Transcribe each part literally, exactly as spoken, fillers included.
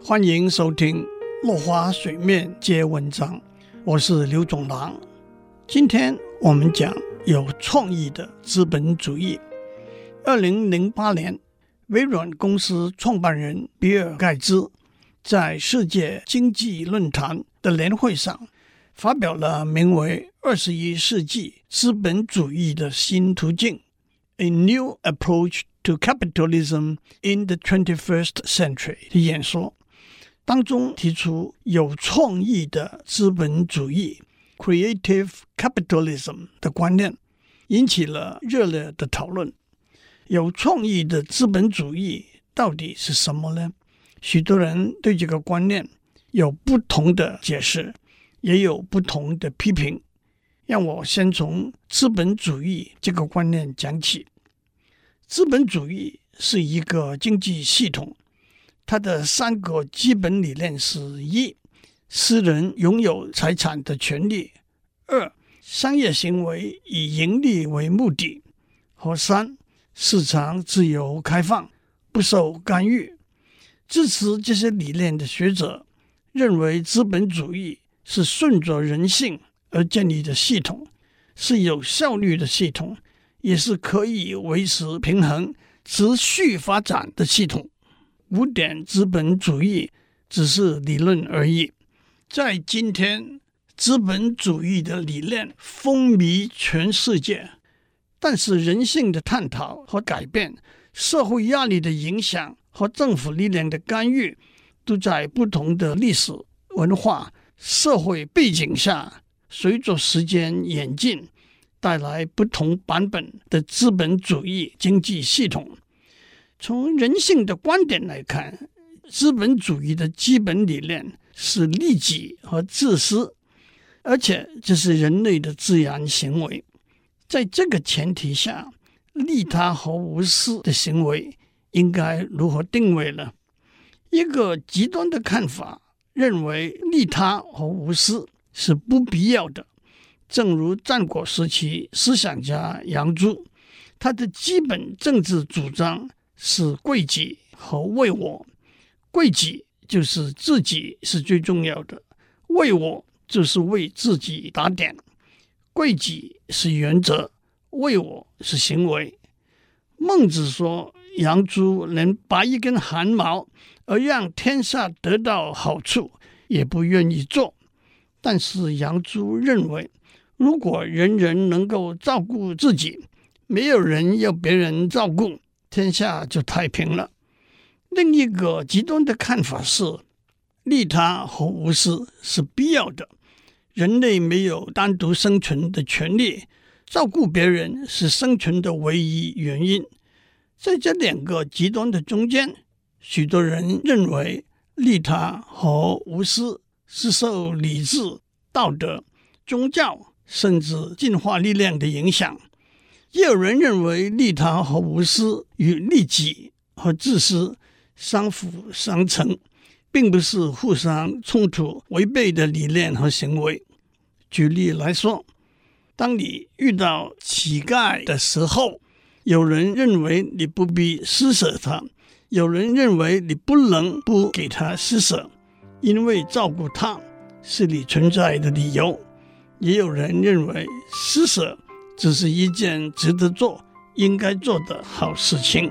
欢迎收听落花水面皆文章，我是刘总郎。今天我们讲有创意的资本主义。二零零八年，微软公司创办人比尔盖茨在世界经济论坛的年会上发表了名为二十一世纪资本主义的新途径 A New Approach to Capitalism in the twenty-first Century 的演说，当中提出有创意的资本主义 Creative Capitalism 的观念，引起了热烈的讨论。有创意的资本主义到底是什么呢？许多人对这个观念有不同的解释，也有不同的批评。让我先从资本主义这个观念讲起。资本主义是一个经济系统，它的三个基本理念是：一、私人拥有财产的权利；二、商业行为以盈利为目的；和三、市场自由开放，不受干预。支持这些理念的学者认为，资本主义是顺着人性而建立的系统，是有效率的系统，也是可以维持平衡、持续发展的系统。古典资本主义只是理论而已。在今天，资本主义的理念风靡全世界，但是人性的探讨和改变、社会压力的影响和政府力量的干预，都在不同的历史、文化、社会背景下，随着时间演进，带来不同版本的资本主义经济系统。从人性的观点来看，资本主义的基本理念是利己和自私，而且这是人类的自然行为。在这个前提下，利他和无私的行为应该如何定位呢？一个极端的看法认为，利他和无私是不必要的。正如战国时期思想家杨朱，他的基本政治主张是贵己和为我。贵己就是自己是最重要的，为我就是为自己打点。贵己是原则，为我是行为。孟子说，杨朱能拔一根汗毛而让天下得到好处，也不愿意做。但是杨朱认为，如果人人能够照顾自己，没有人要别人照顾，天下就太平了。另一个极端的看法是，利他和无私是必要的，人类没有单独生存的权利，照顾别人是生存的唯一原因。在这两个极端的中间，许多人认为利他和无私是受理智、道德、宗教甚至进化力量的影响。也有人认为利他和无私与利己和自私相辅相成，并不是互相冲突违背的理念和行为。举例来说，当你遇到乞丐的时候，有人认为你不必施舍他，有人认为你不能不给他施舍，因为照顾他是你存在的理由。也有人认为施舍只是一件值得做、应该做的好事情。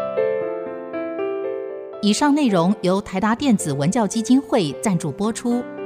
以上内容由台达电子文教基金会赞助播出。